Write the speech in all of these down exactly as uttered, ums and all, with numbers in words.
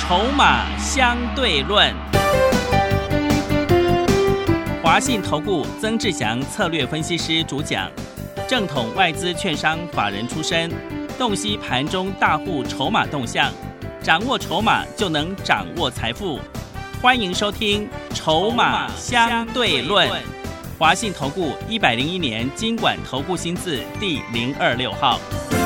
筹码相对论。华信投顾曾志祥策略分析师主讲，正统外资券商法人出身，洞悉盘中大户筹码动向，掌握筹码就能掌握财富。欢迎收听筹码相对论。华信投顾一百零一年金管投顾新字第零二六号。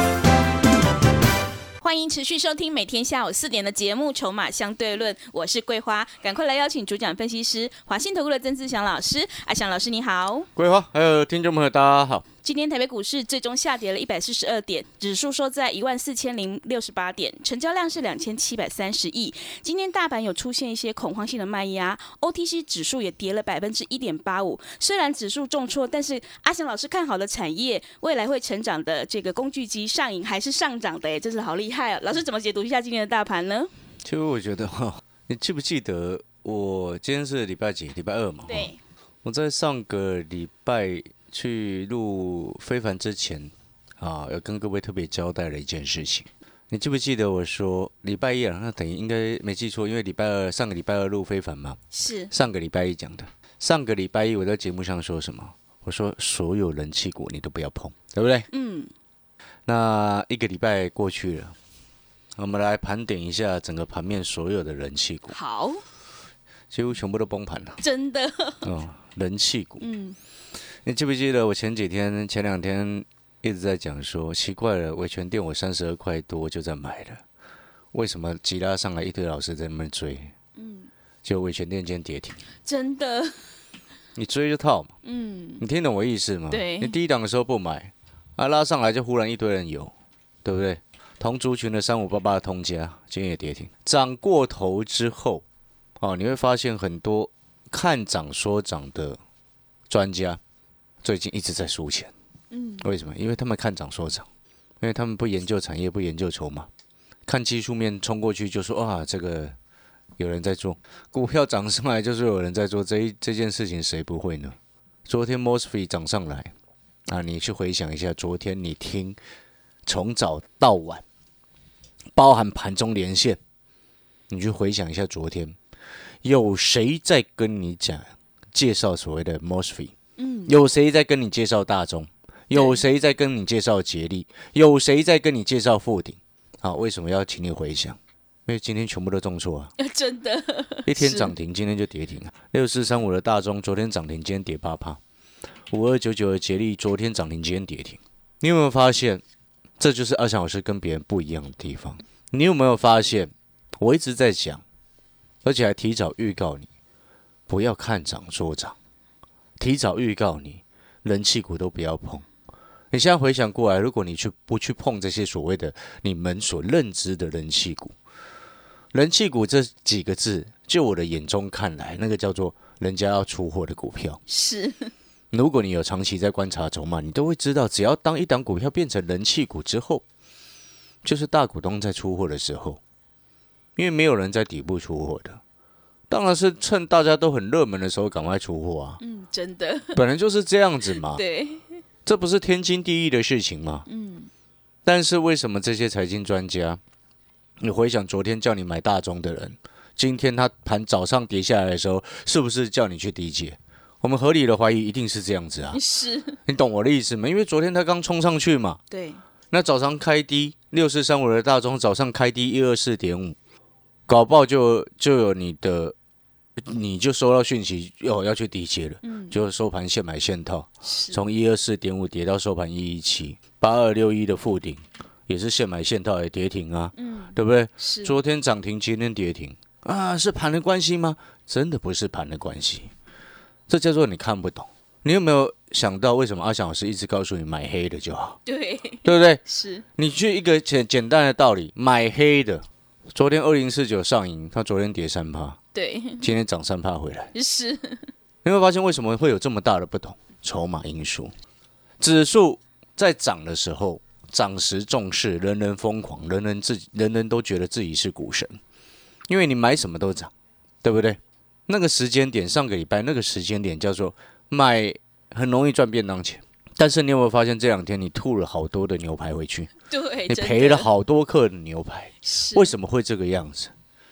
欢迎持续收听每天下午四点的节目《筹码相对论》，我是桂花，赶快来邀请主讲分析师华信投顾的曾志祥老师。阿祥老师你好。 桂花还有听众朋友大家好。 今天台北股市最终下跌了一百四十二点，指数收在一万四千零六十八点，成交量是两千七百三十亿。今天大盘有出现一些恐慌性的卖压 ，O T C 指数也跌了百分之一点八五。虽然指数重挫，但是阿翔老师看好的产业未来会成长的这个工具机上影还是上涨的，哎，真是好厉害啊！老师怎么解读一下今天的大盘呢？ 其实我觉得哈，你记不记得我今天是礼拜几？礼拜二嘛。 对。 我在上个礼拜去录非凡之前啊，有跟各位特别交代了一件事情。你记不记得我说礼拜一啊？那等于应该没记错，因为礼拜二上个礼拜二录非凡嘛， 是上个礼拜一讲的。上个礼拜一我在节目上说什么？我说所有人气股你都不要碰，对不对？ 嗯。 那一个礼拜过去了，我们来盘点一下整个盘面所有的人气股。 好。 几乎全部都崩盘了。 真的。 哦，人气股。 嗯。 你记不记得我前几天、前两天一直在讲说，奇怪了，维权店我三十二块多就在买了，为什么急拉上来一堆老师在那边追？嗯。结果维权店今天跌停。 真的。 你追就套嘛。 嗯。 你听懂我意思吗？ 对。 你低档的时候不买，啊拉上来就忽然一堆人有，对不对？同族群的三五八八的通家今天也跌停，涨过头之后。哦，你会发现很多看涨说涨的专家最近一直在输钱。嗯，为什么？因为他们看涨说涨，因为他们不研究产业，不研究筹码，看技术面冲过去就说啊，这个有人在做，股票涨上来就是有人在做，这一这件事情谁不会呢？昨天 M O S F E T 涨上来啊，你去回想一下，昨天你听从早到晚，包含盘中连线，你去回想一下昨天。有谁在跟你讲介绍所谓的 M O S F E T？ 嗯，有谁在跟你介绍大中？有谁在跟你介绍捷力？有谁在跟你介绍富鼎？啊，为什么要请你回想？因为今天全部都重挫啊！ 真的， 一天涨停，今天就跌停了。六四三五的大中昨天涨停，今天跌八趴。五二九九的捷力昨天涨停，今天跌停。你有没有发现，这就是阿翔老师跟别人不一样的地方？你有没有发现，我一直在讲？而且还提早预告你，不要看涨说涨，提早预告你，人气股都不要碰。你现在回想过来，如果你去不去碰这些所谓的你们所认知的人气股，人气股这几个字，就我的眼中看来，那个叫做人家要出货的股票。 是。 如果你有长期在观察筹码，你都会知道，只要当一档股票变成人气股之后，就是大股东在出货的时候。因为没有人在底部出货的，当然是趁大家都很热门的时候赶快出货啊。 嗯，真的， 本来就是这样子嘛。 对， 这不是天经地义的事情吗？嗯。但是为什么这些财经专家，你回想昨天叫你买大中的人，今天他盘早上跌下来的时候，是不是叫你去低接？我们合理的怀疑一定是这样子啊。 是。 你懂我的意思吗？因为昨天他刚冲上去嘛。 对。那早上开低，六四三五的大中早上开低一二四点五。搞不好就就有你的，你就收到讯息，哦要去低接了，嗯，就收盘现买现套，从一二四点五跌到收盘一一七，八二六一的富鼎也是现买现套也跌停啊，嗯，对不对？昨天涨停，今天跌停啊，是盘的关系吗？真的不是盘的关系，这叫做你看不懂。你有没有想到为什么阿翔老师一直告诉你买黑的就好？ 对， 对不对？ 是，你去一个简简单的道理，买黑的。昨天二零四九上影，它昨天跌三趴， 对， 今天涨三趴回来， 是。 你会发现为什么会有这么大的不同？筹码因素，指数在涨的时候，涨时重视，人人疯狂，人人自己，人人都觉得自己是股神，因为你买什么都涨，对不对？那个时间点，上个礼拜那个时间点叫做买很容易赚便当钱，但是你有没有发现这两天你吐了好多的牛排回去？ 对， 你赔了好多克的牛排，为什么会这个样子？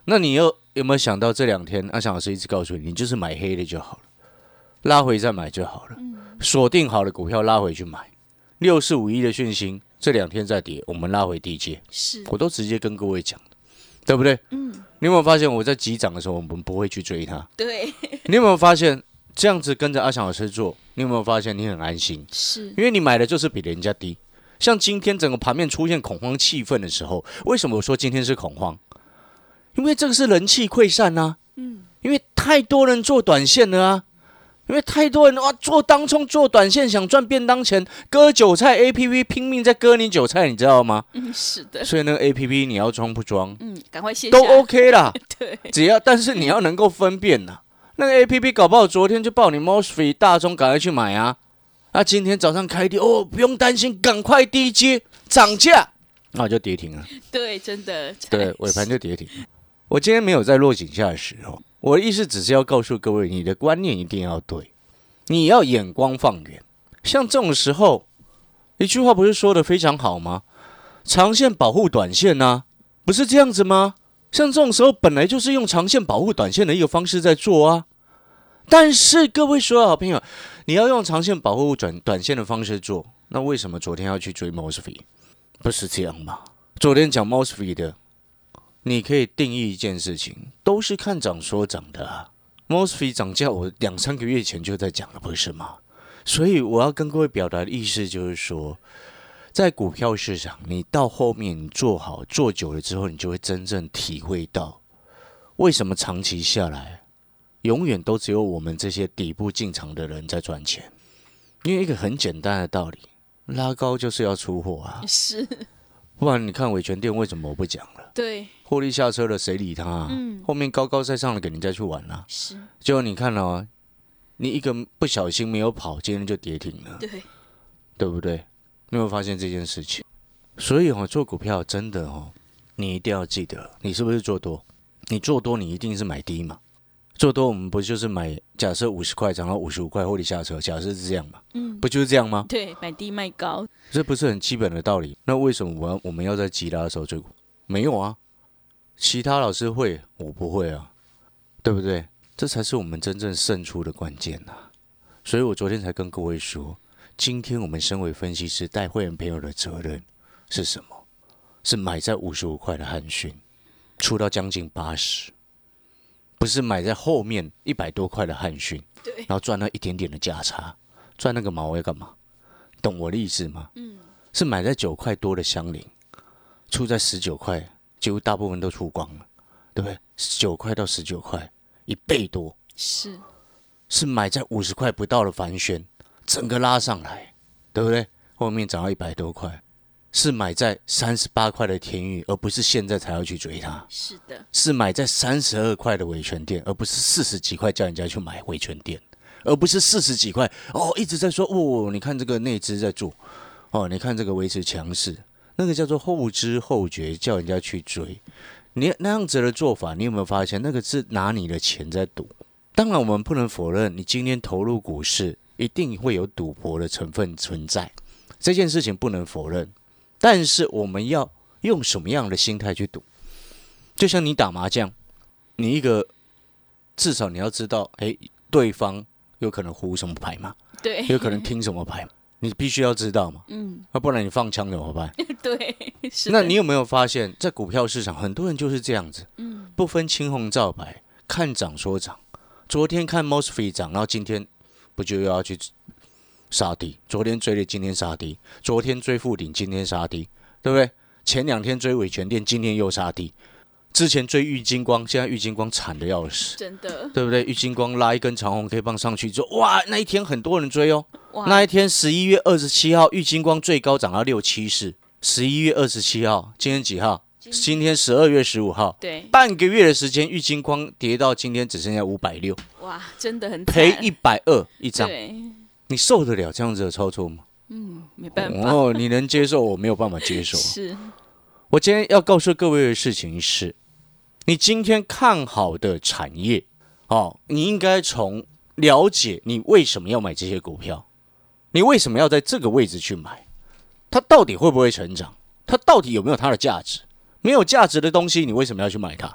那你又有没有想到这两天阿翔老师一直告诉你，你就是买黑的就好了，拉回再买就好了，锁定好的股票拉回去买。六四五一的讯息这两天在跌，我们拉回低阶， 是， 我都直接跟各位讲的，对不对？嗯，你有没有发现我在急涨的时候，我们不会去追它？ 对， 你有没有发现这样子跟着阿翔老师做，你有没有发现你很安心？ 是， 因为你买的就是比人家低。像今天整个盘面出现恐慌气氛的时候，为什么我说今天是恐慌？因为这个是人气溃散啊，嗯，因为太多人做短线了啊，因为太多人哇做当冲做短线想赚便当钱，割韭菜 A P P 拼命在割你韭菜，你知道吗？ 嗯，是的。 所以那个 A P P 你要装不装？ 嗯，赶快卸下都 OK 啦。 对， 只要但是你要能够分辨呐、啊，那个 A P P 搞不好昨天就报你 M O S F E T 大中，赶快去买啊。啊，今天早上开低哦，不用担心，赶快低接涨价，那我就跌停了。 对，真的。 对，尾盘就跌停。我今天没有在落井下石哦，我的意思只是要告诉各位，你的观念一定要对，你要眼光放远。像这种时候，一句话不是说的非常好吗？长线保护短线啊，不是这样子吗？像这种时候本来就是用长线保护短线的一个方式在做啊。但是各位所有好朋友，你要用长线保护短短线的方式做，那为什么昨天要去追 M O S F E T？ 不是这样吗？昨天讲 M O S F E T 的，你可以定义一件事情，都是看涨说涨的啊。M O S F E T 涨价，我两三个月前就在讲了，不是吗？所以我要跟各位表达的意思就是说，在股票市场，你到后面你做好做久了之后，你就会真正体会到，为什么长期下来，永远都只有我们这些底部进场的人在赚钱。因为一个很简单的道理，拉高就是要出货啊。 是。 不然你看伟全店为什么我不讲了？ 对， 获利下车了，谁理他啊？ 嗯， 后面高高在上的给人家去玩啊。 是。 结果你看哦，你一个不小心没有跑，今天就跌停了。 对， 对不对？你有没有发现这件事情？所以哦，做股票真的哦，你一定要记得，你是不是做多？你做多，你一定是买低嘛。做多我们不就是买？假设五十块涨到五十五块，获利下车，假设是这样嘛？嗯，不就是这样吗？ 对，买低卖高， 这不是很基本的道理？那为什么我要我们要在急拉的时候追股？没有啊，其他老师会，我不会啊，对不对？这才是我们真正胜出的关键啊！所以我昨天才跟各位说，今天我们身为分析师带会员朋友的责任是什么？是买在五十五块的汉讯，出到将近八十。不是买在后面一百多块的汉讯，然后赚那一点点的价差，赚那个毛要干嘛？懂我的意思吗？嗯，是买在九块多的香菱，出在十九块，几乎大部分都出光了，对不对？九块到十九块，一倍多。 是， 是买在五十块不到的凡轩，整个拉上来，对不对？后面涨到一百多块。是买在三十八块的天宇，而不是现在才要去追它。 是的， 是买在三十二块的伟全店，而不是四十几块叫人家去买伟全店，而不是四十几块哦一直在说哦，你看这个内资在做，哦，你看这个维持强势，那个叫做后知后觉，叫人家去追。你那样子的做法，你有没有发现那个是拿你的钱在赌？当然，我们不能否认，你今天投入股市一定会有赌博的成分存在，这件事情不能否认。但是我们要用什么样的心态去赌？就像你打麻将，你一个至少你要知道，哎，对方有可能胡什么牌嘛？ 对， 有可能听什么牌，你必须要知道嘛。嗯，那、啊、不然你放枪怎么办？ 对，是。 那你有没有发现，在股票市场，很多人就是这样子，嗯，不分青红皂白，看涨说涨。昨天看 M O S F E T 涨，然后今天不就又要去杀低？昨天追的，今天杀低；昨天追富鼎，今天杀低，对不对？前两天追伟全店，今天又杀低。之前追玉金光，现在玉金光惨的要死， 真的， 对不对？玉金光拉一根长红 K 棒上去之后，哇，那一天很多人追哦。那一天十一月二十七号，玉金光最高涨到六七四。十一月二十七号，今天几号？今天十二月十五号。 对， 半个月的时间，玉金光跌到今天只剩下五百六。 哇，真的很赔一百二一张。 对。 你受得了这样子的操作吗？ 嗯，没办法。 哦，你能接受，我没有办法接受。 是。 我今天要告诉各位的事情是，你今天看好的产业，哦，你应该从了解你为什么要买这些股票，你为什么要在这个位置去买，它到底会不会成长，它到底有没有它的价值？没有价值的东西，你为什么要去买它？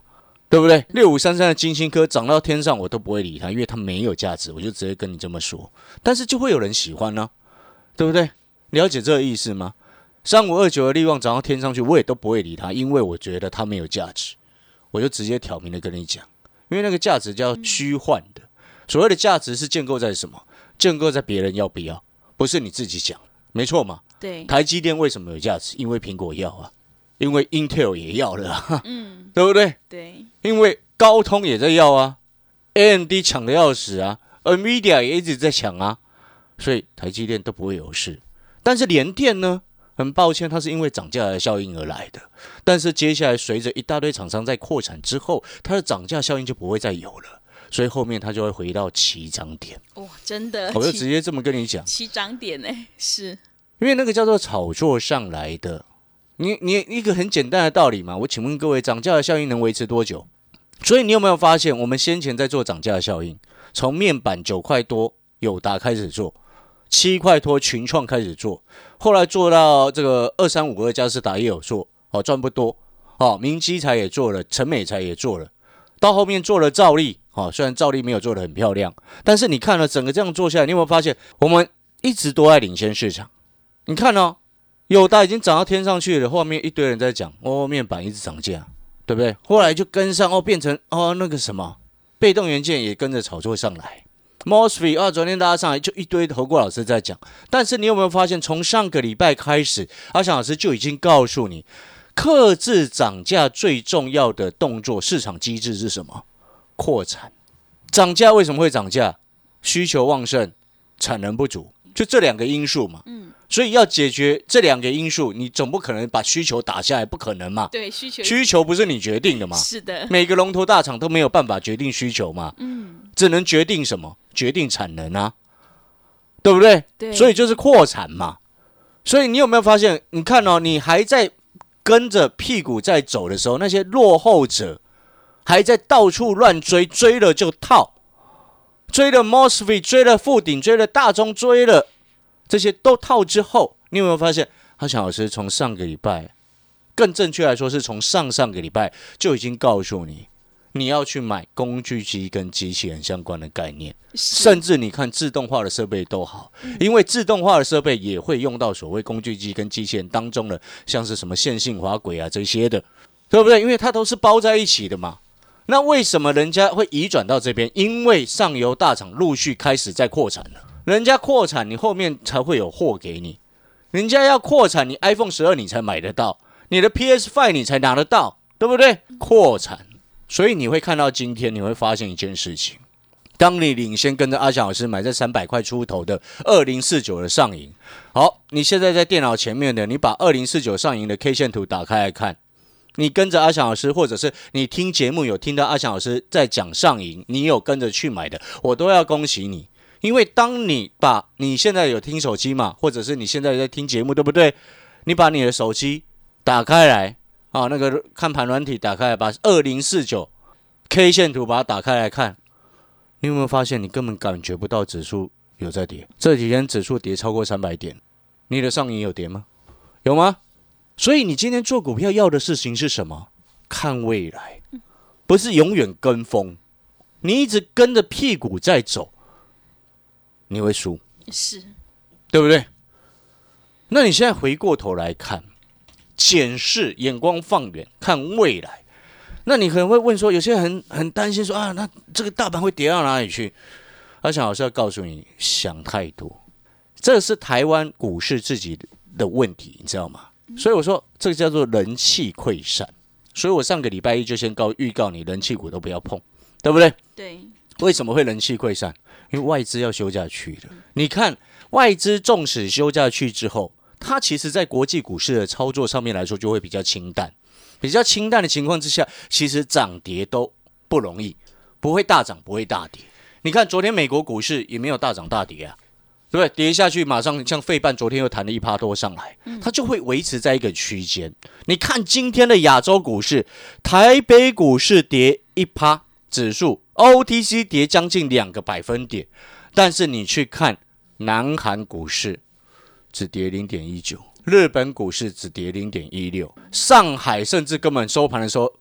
对不对？六五三三的金星科涨到天上，我都不会理它，因为它没有价值，我就直接跟你这么说。但是就会有人喜欢呢、啊，对不对？了解这个意思吗？三五二九的力旺涨到天上去，我也都不会理它，因为我觉得它没有价值，我就直接挑明的跟你讲，因为那个价值叫虚幻的。所谓的价值是建构在什么？建构在别人要不要，不是你自己讲，没错嘛？ 对。 台积电为什么有价值？因为苹果要啊。因为 Intel 也要了啊， 嗯， 对不对？ 对， 因为高通也在要啊 ，A M D 抢得要死啊 ，Nvidia 也一直在抢啊，所以台积电都不会有事。但是联电呢，很抱歉，它是因为涨价的效应而来的。但是接下来随着一大堆厂商在扩产之后，它的涨价效应就不会再有了，所以后面它就会回到起涨点。 哇，真的， 我就直接这么跟你讲， 起涨点呢，是因为那个叫做炒作上来的。你你一个很简单的道理嘛，我请问各位，涨价的效应能维持多久？所以你有没有发现，我们先前在做涨价的效应，从面板九块多友达开始做，七块多群创开始做，后来做到这个二三五二嘉士达也有做，哦赚不多，哦明基材也做了，成美材也做了，到后面做了兆利，哦虽然兆利没有做得很漂亮，但是你看了整个这样做下来，你有没有发现，我们一直都在领先市场？你看哦。友达已经涨到天上去了，后面一堆人在讲哦，面板一直涨价，对不对？后来就跟上哦，变成哦那个什么被动元件也跟着炒作上来 ，M O S F E T 啊，昨天大家上来就一堆投顾老师在讲，但是你有没有发现，从上个礼拜开始，阿翔老师就已经告诉你，克制涨价最重要的动作，市场机制是什么？扩产。涨价为什么会涨价？需求旺盛，产能不足，就这两个因素嘛。嗯。所以要解决这两个因素，你总不可能把需求打下来，不可能嘛？ 对，需求需求不是你决定的嘛？ 是的， 每个龙头大厂都没有办法决定需求嘛？嗯，只能决定什么？决定产能啊，对不对？ 对， 所以就是扩产嘛。所以你有没有发现？你看哦，你还在跟着屁股在走的时候，那些落后者还在到处乱追，追了就套，追了 M O S F E T， 追了富鼎，追了大中，追了。这些都套之后，你有没有发现，阿翔老师从上个礼拜，更正确来说是从上上个礼拜就已经告诉你，你要去买工具机跟机器人相关的概念，甚至你看自动化的设备都好，因为自动化的设备也会用到所谓工具机跟机器人当中的，像是什么线性滑轨啊这些的，对不对？因为它都是包在一起的嘛。那为什么人家会移转到这边？因为上游大厂陆续开始在扩产了。人家扩产，你后面才会有货给你。人家要扩产，你 iPhone 十二你才买得到，你的 P S 五 你才拿得到，对不对？扩产，所以你会看到今天，你会发现一件事情：当你领先跟着阿翔老师买在三百块出头的二零四九的上影，好，你现在在电脑前面的，你把二零四九上影的 K 线图打开来看，你跟着阿翔老师，或者是你听节目有听到阿翔老师在讲上影，你有跟着去买的，我都要恭喜你。因为当你把你现在有听手机嘛，或者是你现在在听节目，对不对？你把你的手机打开来啊，那个看盘软体打开来，把二零四九 K 线图把它打开来看，你有没有发现你根本感觉不到指数有在跌？这几天指数跌超过三百点，你的上影有跌吗？有吗？所以你今天做股票要的事情是什么？看未来，不是永远跟风。你一直跟着屁股在走，你会输， 是， 对不对？那你现在回过头来看，检视，眼光放远，看未来。那你可能会问说，有些人很很担心说啊，那这个大盘会跌到哪里去？阿翔老师要告诉你，想太多，这是台湾股市自己的问题，你知道吗？所以我说，这个叫做人气溃散。所以我上个礼拜一就先告预告你，人气股都不要碰，对不对？ 对。 为什么会人气溃散？因为外资要休假去了。你看，外资纵使休假去之后，它其实在国际股市的操作上面来说，就会比较清淡。比较清淡的情况之下，其实涨跌都不容易，不会大涨，不会大跌。你看，昨天美国股市也没有大涨大跌啊，对不对？跌下去，马上像费半昨天又弹了一趴多上来，它就会维持在一个区间。你看今天的亚洲股市，台北股市跌一趴，指数 O T C 跌将近两个百分点，但是你去看南韩股市，只跌 零点一九， 日本股市只跌 零点一六， 上海甚至根本收盘的时候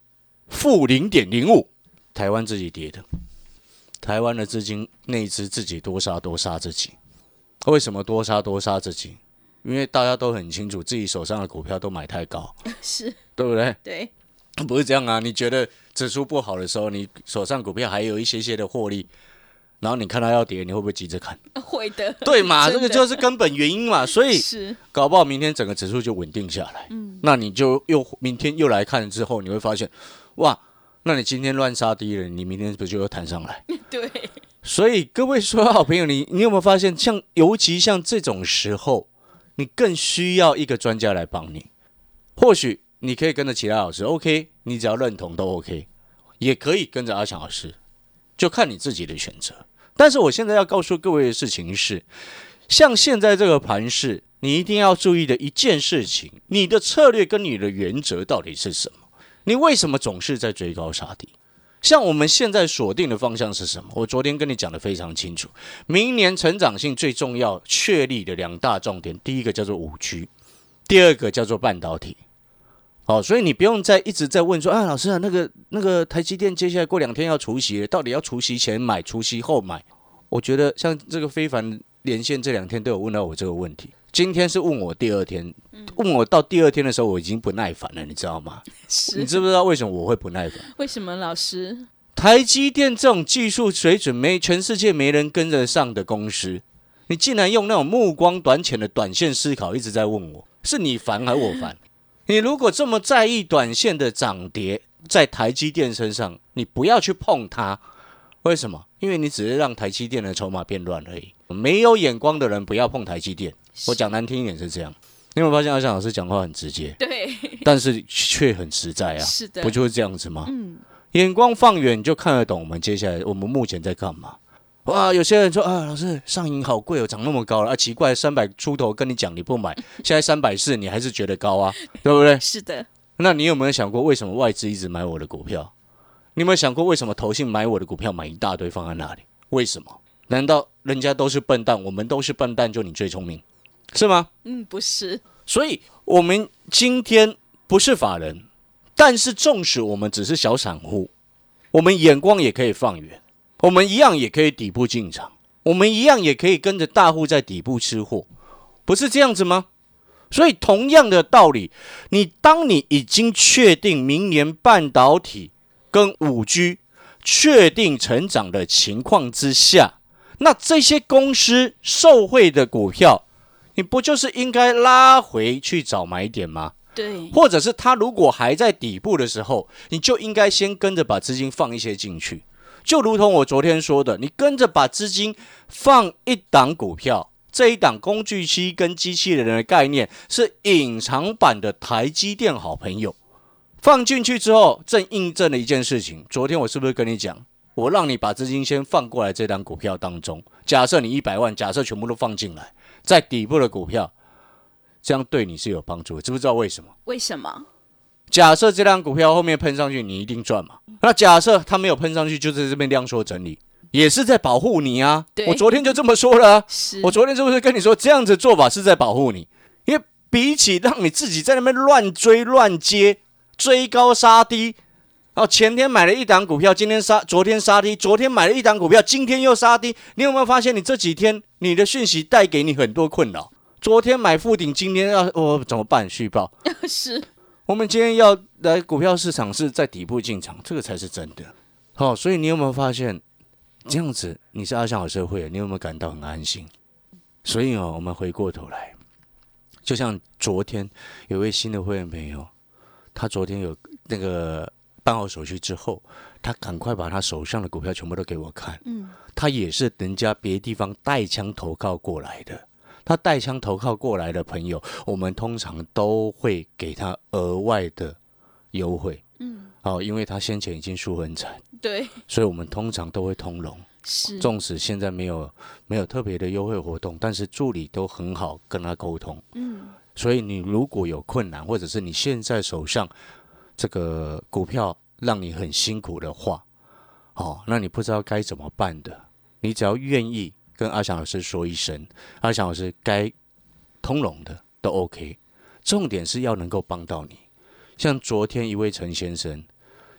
负零点零五，台湾自己跌的，台湾的资金内资自己多杀多杀自己。为什么多杀多杀自己？因为大家都很清楚，自己手上的股票都买太高， 是， 对不对？ 对， 不是这样啊！你觉得指数不好的时候，你手上股票还有一些些的获利，然后你看它要跌，你会不会急着看？ 会的， 对嘛，这个就是根本原因嘛。所以是搞不好明天整个指数就稳定下来，嗯，那你就又明天又来看之后，你会发现，哇，那你今天乱杀低了，你明天不就又弹上来？ 对。 所以各位说好朋友，你你有没有发现，像尤其像这种时候，你更需要一个专家来帮你。或许你可以跟着其他老师 ，OK， 你只要认同都 OK， 也可以跟着阿翔老师，就看你自己的选择。但是我现在要告诉各位的事情是，像现在这个盘势，你一定要注意的一件事情，你的策略跟你的原则到底是什么？你为什么总是在追高杀低？像我们现在锁定的方向是什么？我昨天跟你讲的非常清楚，明年成长性最重要确立的两大重点，第一个叫做 五 G， 第二个叫做半导体。好，所以你不用再一直在问说，啊，老师啊，那个那个台积电接下来过两天要除息了，到底要除息前买，除息后买？我觉得像这个非凡连线这两天都有问到我这个问题，今天是问我第二天，问我到第二天的时候，我已经不耐烦了，你知道吗？你知不知道为什么我会不耐烦？ 为什么老师？ 台积电这种技术水准没全世界没人跟得上的公司，你竟然用那种目光短浅的短线思考一直在问我，是你烦还是我烦？你如果这么在意短线的涨跌，在台积电身上，你不要去碰它。为什么？因为你只是让台积电的筹码变乱而已。没有眼光的人不要碰台积电。我讲难听一点是这样。你有没有发现阿翔老师讲话很直接？ 对， 但是却很实在啊。 是的， 不就是这样子吗？ 嗯， 眼光放远，你就看得懂我们接下来我们目前在干嘛。哇，有些人说啊，老师上银好贵哦，涨那么高了啊，奇怪，三百出头跟你讲你不买，现在三百四你还是觉得高啊，对不对？ 是的。 那你有没有想过，为什么外资一直买我的股票？你有没有想过，为什么投信买我的股票买一大堆放在那里？为什么？难道人家都是笨蛋，我们都是笨蛋，就你最聪明，是吗？ 嗯，不是。 所以我们今天不是法人，但是纵使我们只是小散户，我们眼光也可以放远，我们一样也可以底部进场，我们一样也可以跟着大户在底部吃货，不是这样子吗？所以同样的道理，你当你已经确定明年半导体跟 五 G 确定成长的情况之下，那这些公司受惠的股票，你不就是应该拉回去找买点吗？ 对， 或者是它如果还在底部的时候，你就应该先跟着把资金放一些进去，就如同我昨天说的，你跟着把资金放一档股票，这一档工具机跟机器人的概念是隐藏版的台积电好朋友，放进去之后，正印证了一件事情。昨天我是不是跟你讲，我让你把资金先放过来这档股票当中，假设你一百万，假设全部都放进来，在底部的股票，这样对你是有帮助的，知不知道为什么？ 为什么？ 假设这档股票后面喷上去，你一定赚嘛？那假设它没有喷上去，就在这边量缩整理，也是在保护你啊。我昨天就这么说了啊。我昨天是不是跟你说，这样子做法是在保护你？因为比起让你自己在那边乱追乱接，追高杀低，然后前天买了一档股票，今天杀，昨天杀低，昨天买了一档股票，今天又杀低。你有没有发现，你这几天你的讯息带给你很多困扰？昨天买富鼎，今天要我、哦、怎么办？续报是。 我们今天要来股票市场是在底部进场，这个才是真的。好、哦，所以你有没有发现，这样子你是阿翔好社会，你有没有感到很安心？所以哦，我们回过头来，就像昨天有位新的会员朋友，他昨天有那个办好手续之后，他赶快把他手上的股票全部都给我看。嗯，他也是人家别地方带枪投靠过来的。他带枪投靠过来的朋友，我们通常都会给他额外的优惠。嗯，哦，因为他先前已经输很惨， 对， 所以我们通常都会通融。 是， 纵使现在没有没有特别的优惠活动，但是助理都很好跟他沟通。嗯，所以你如果有困难，或者是你现在手上这个股票让你很辛苦的话，哦，那你不知道该怎么办的，你只要愿意跟阿翔老师说一声，阿翔老师该通融的都 OK， 重点是要能够帮到你。像昨天一位陈先生，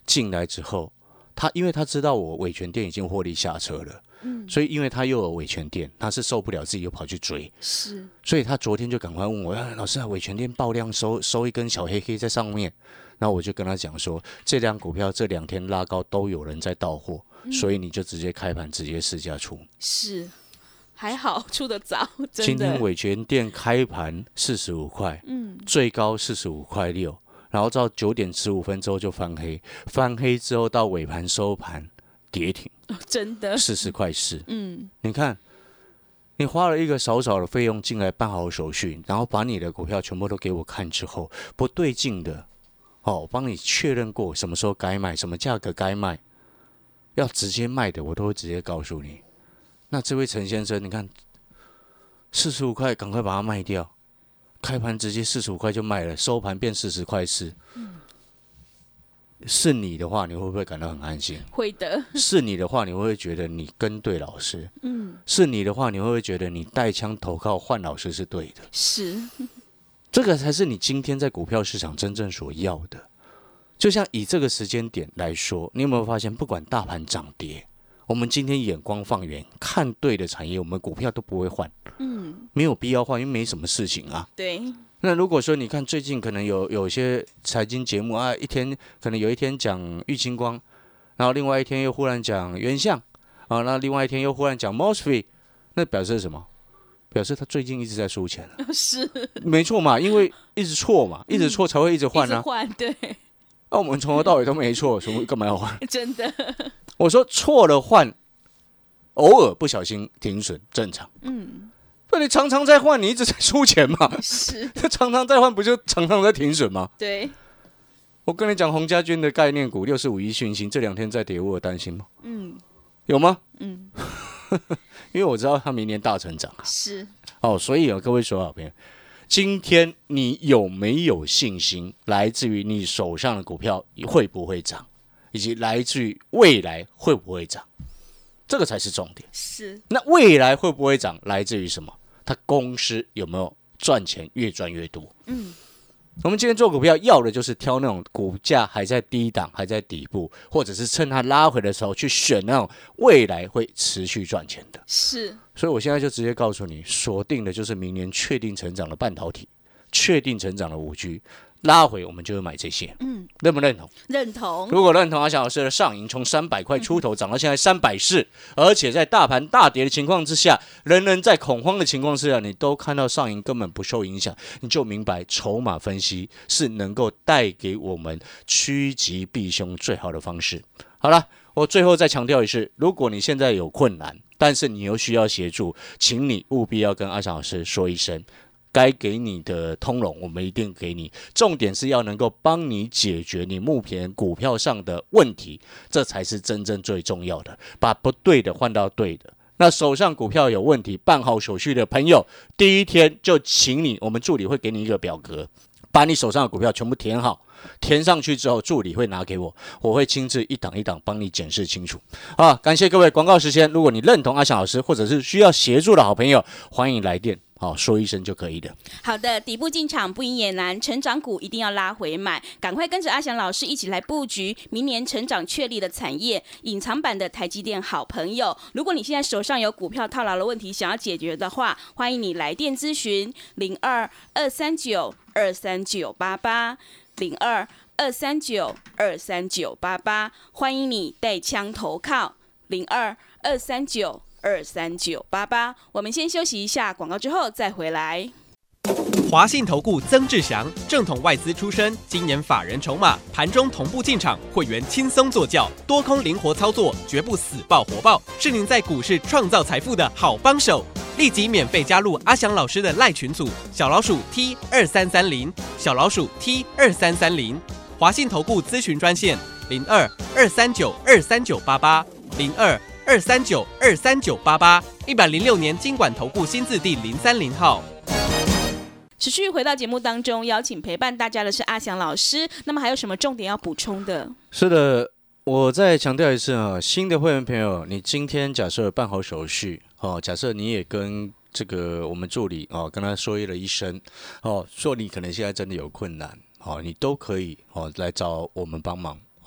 进来之后，他因为他知道我伟全店已经获利下车了，嗯，所以因为他又有伟全店，他是受不了自己又跑去追， 是， 所以他昨天就赶快问我，啊、老师啊，伟全店爆量收收一根小黑 K 在上面，然后我就跟他讲说，这辆股票这两天拉高都有人在到货，嗯、所以你就直接开盘直接市价出， 是。还好出得早，真的。 今天伟全店开盘四十五块，嗯，最高四十五块六，然后到九点十五分之后就翻黑，翻黑之后到尾盘收盘跌停， 哦、真的四十块四， 嗯， 你看，你花了一个少少的费用进来办好手续，然后把你的股票全部都给我看之后，不对劲的，哦，我帮你确认过什么时候该卖，什么价格该卖，要直接卖的我都会直接告诉你。那这位陈先生，你看四十五块，赶快把它卖掉。开盘直接四十五块就卖了，收盘变四十块四。嗯，是你的话，你会不会感到很安心？ 会的。是你的话，你会不会觉得你跟对老师？嗯，是你的话，你会不会觉得你带枪投靠换老师是对的？ 是， 这个才是你今天在股票市场真正所要的。就像以这个时间点来说，你有没有发现，不管大盘涨跌，我们今天眼光放远，看对的产业，我们股票都不会换。嗯，没有必要换，因为没什么事情啊。 对。 那如果说你看最近可能有有些财经节目啊，一天可能有一天讲玉清光，然后另外一天又忽然讲原相啊，那另外一天又忽然讲 M O S F E T， 那表示什么？表示他最近一直在输钱、啊。 是。没错嘛，因为一直错嘛，一直错才会一直换啊。 一直换，对。 那、啊、我们从头到尾都没错，什么干嘛要换？ 真的。 我说错了换，偶尔不小心停损正常。嗯，那你常常在换，你一直在输钱嘛？ 是。 常常在换，不就常常在停损吗？ 对。 我跟你讲，洪家军的概念股六四五一讯息这两天在跌，我有担心吗？嗯。有吗？嗯。因为我知道他明年大成长。 是。 哦，所以啊，各位所有好朋友，今天你有没有信心？来自于你手上的股票会不会涨？以及来自于未来会不会涨，这个才是重点。 是。 那未来会不会涨，来自于什么？它公司有没有赚钱，越赚越多？嗯。我们今天做股票要的就是挑那种股价还在低档、还在底部，或者是趁它拉回的时候去选那种未来会持续赚钱的。 是。 所以我现在就直接告诉你，锁定的就是明年确定成长的半导体，确定成长的 五 G。拉回我们就会买这些，嗯，认不认同？ 认同。 如果认同阿翔老师的上影从三百块出头涨到现在三百四，而且在大盘大跌的情况之下，人人在恐慌的情况之下，你都看到上影根本不受影响，你就明白筹码分析是能够带给我们趋吉避凶最好的方式。好了，我最后再强调一次，如果你现在有困难，但是你又需要协助，请你务必要跟阿翔老师说一声。该给你的通融，我们一定给你。重点是要能够帮你解决你目前股票上的问题，这才是真正最重要的。把不对的换到对的。那手上股票有问题，办好手续的朋友，第一天就请你，我们助理会给你一个表格，把你手上的股票全部填好。填上去之后，助理会拿给我，我会亲自一档一档帮你检视清楚。好，感谢各位。广告时间，如果你认同阿翔老师，或者是需要协助的好朋友，欢迎来电。好，说一声就可以了。 好的，底部进场不赢也难，成长股一定要拉回买，赶快跟着阿翔老师一起来布局明年成长确立的产业，隐藏版的台积电好朋友。如果你现在手上有股票套牢的问题想要解决的话，欢迎你来电咨询零二二三九二三九八八零二二三九二三九八八，欢迎你带枪投靠零二二三九。二三九八八，我们先休息一下，广告之后再回来。 华信投顾曾志祥，正统外资出身，今年法人筹码，盘中同步进场，会员轻松做教，多空灵活操作，绝不死抱活抱，是您在股市创造财富的好帮手。立即免费加入阿翔老师的赖群组，小老鼠 T 二三三零，小老鼠 T 二三三零，华信投顾咨询专线零二二三九二三九八八零二。二三九二三九八八，一百零六年金管投顾新字第零三零号。 持续回到节目当中，邀请陪伴大家的是阿翔老师。那么还有什么重点要补充的？ 是的，我再强调一次啊，新的会员朋友，你今天假设办好手续哦，假设你也跟这个我们助理哦跟他说了一声哦，说你可能现在真的有困难哦，你都可以哦来找我们帮忙。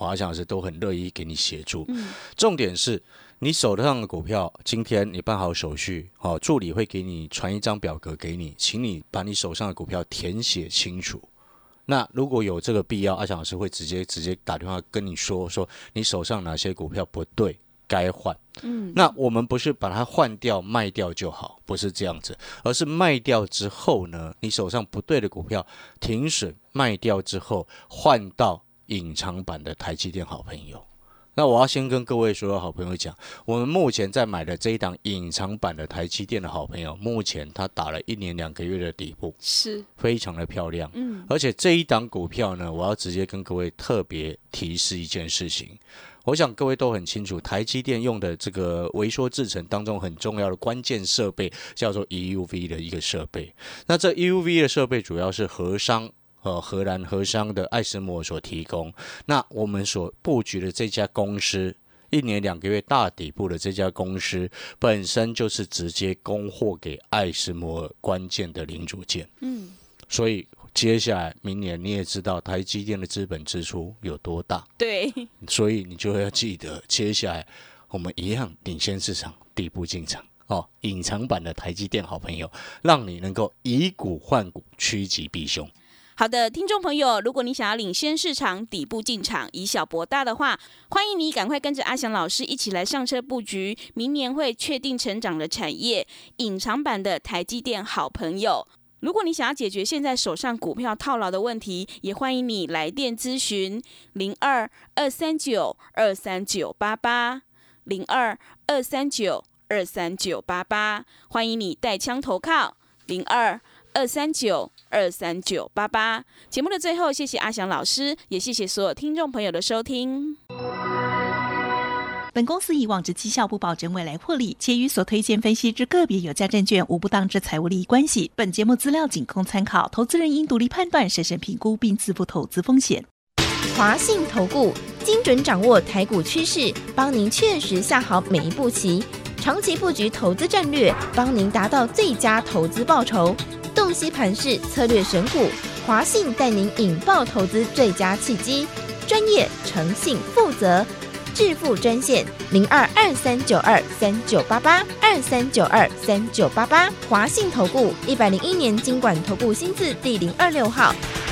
阿翔老师都很乐意给你协助。 嗯、 重点是你手上的股票，今天你办好手续，好，助理会给你传一张表格给你，请你把你手上的股票填写清楚。那如果有这个必要，阿翔老师会直接直接打电话跟你说，说你手上哪些股票不对，该换。嗯，那我们不是把它换掉卖掉就好，不是这样子，而是卖掉之后呢，你手上不对的股票停损卖掉之后，换到隐藏版的台积电好朋友。那我要先跟各位所有好朋友讲，我们目前在买的这一档隐藏版的台积电的好朋友，目前它打了一年两个月的底部， 是非常的漂亮。 嗯， 而且这一档股票呢，我要直接跟各位特别提示一件事情。我想各位都很清楚，台积电用的这个微缩制程当中很重要的关键设备叫做 E U V 的一个设备。那这 E U V 的设备主要是荷商呃，荷兰荷商的艾斯摩所提供。那我们所布局的这家公司，一年两个月大底部的这家公司，本身就是直接供货给艾斯摩尔关键的零组件。嗯，所以接下来明年你也知道台积电的资本支出有多大， 对， 所以你就要记得，接下来我们一样领先市场，底部进场。哦，隐藏版的台积电好朋友，让你能够以股换股，趋吉避凶。 好的，听众朋友，如果你想要领先市场，底部进场，以小博大的话，欢迎你赶快跟着阿翔老师一起来上车布局明年会确定成长的产业——隐藏版的台积电好朋友。如果你想要解决现在手上股票套牢的问题，也欢迎你来电咨询零二二三九二三九八八零二二三九二三九八八，欢迎你带枪投靠零二二三九二三九八八。节目的最后，谢谢阿翔老师，也谢谢所有听众朋友的收听。 本公司以往之绩效不保证未来获利，且与所推荐分析之个别有价证券无不当之财务利益关系。本节目资料仅供参考，投资人应独立判断、审慎评估并自负投资风险。 华信投顾精准掌握台股趋势，帮您确实下好每一步棋，长期布局投资战略，帮您达到最佳投资报酬。洞悉盘势，策略选股，华信带您引爆投资最佳契机，专业、诚信、负责。致富专线零二二三九二三九八八二三九二三九八八，华信投顾一百零一年金管投顾新字第零二六号。